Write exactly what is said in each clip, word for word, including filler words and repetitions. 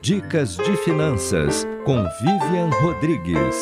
Dicas de Finanças, com Vivian Rodrigues.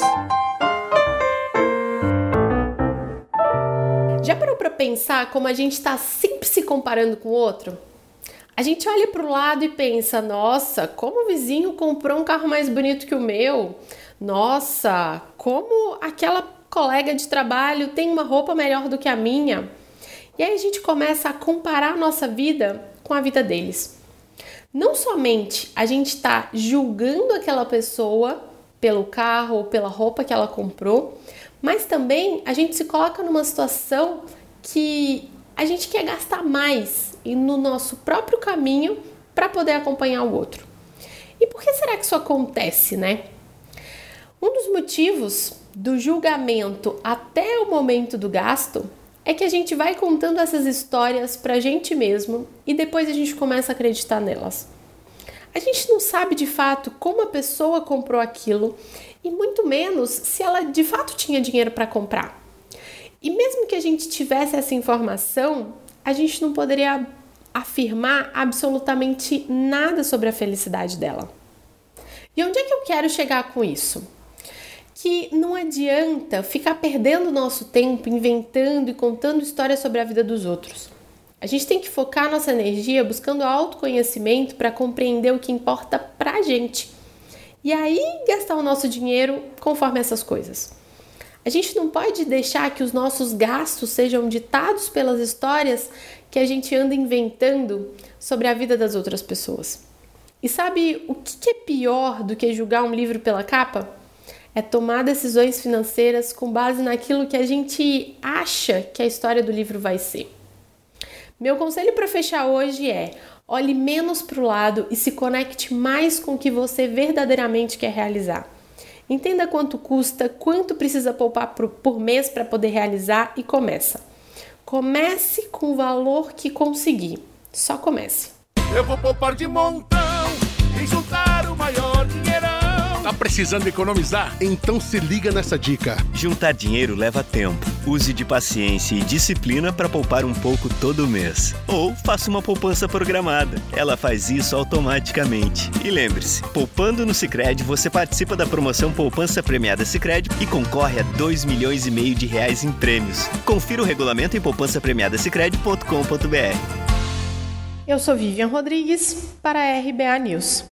Já parou para pensar como a gente está sempre se comparando com o outro? A gente olha para o lado e pensa, nossa, como o vizinho comprou um carro mais bonito que o meu. Nossa, como aquela colega de trabalho tem uma roupa melhor do que a minha. E aí a gente começa a comparar a nossa vida com a vida deles. Não somente a gente está julgando aquela pessoa pelo carro ou pela roupa que ela comprou, mas também a gente se coloca numa situação que a gente quer gastar mais e no nosso próprio caminho para poder acompanhar o outro. E por que será que isso acontece, né? Um dos motivos do julgamento até o momento do gasto é que a gente vai contando essas histórias pra gente mesmo e depois a gente começa a acreditar nelas. A gente não sabe de fato como a pessoa comprou aquilo e muito menos se ela de fato tinha dinheiro para comprar. E mesmo que a gente tivesse essa informação, a gente não poderia afirmar absolutamente nada sobre a felicidade dela. E onde é que eu quero chegar com isso? Que não adianta ficar perdendo nosso tempo inventando e contando histórias sobre a vida dos outros. A gente tem que focar nossa energia buscando autoconhecimento para compreender o que importa pra gente. E aí gastar o nosso dinheiro conforme essas coisas. A gente não pode deixar que os nossos gastos sejam ditados pelas histórias que a gente anda inventando sobre a vida das outras pessoas. E sabe o que é pior do que julgar um livro pela capa? É tomar decisões financeiras com base naquilo que a gente acha que a história do livro vai ser. Meu conselho para fechar hoje é: olhe menos para o lado e se conecte mais com o que você verdadeiramente quer realizar. Entenda quanto custa, quanto precisa poupar por mês para poder realizar e começa. Comece com o valor que conseguir. Só comece. Eu vou poupar de montão e juntar o maior dinheirão. Tá precisando economizar? Então se liga nessa dica. Juntar dinheiro leva tempo. Use de paciência e disciplina para poupar um pouco todo mês. Ou faça uma poupança programada. Ela faz isso automaticamente. E lembre-se, poupando no Sicredi, você participa da promoção Poupança Premiada Sicredi e concorre a dois milhões e meio de reais em prêmios. Confira o regulamento em poupança premiada sicredi ponto com ponto b r. Eu sou Vivian Rodrigues para a R B A News.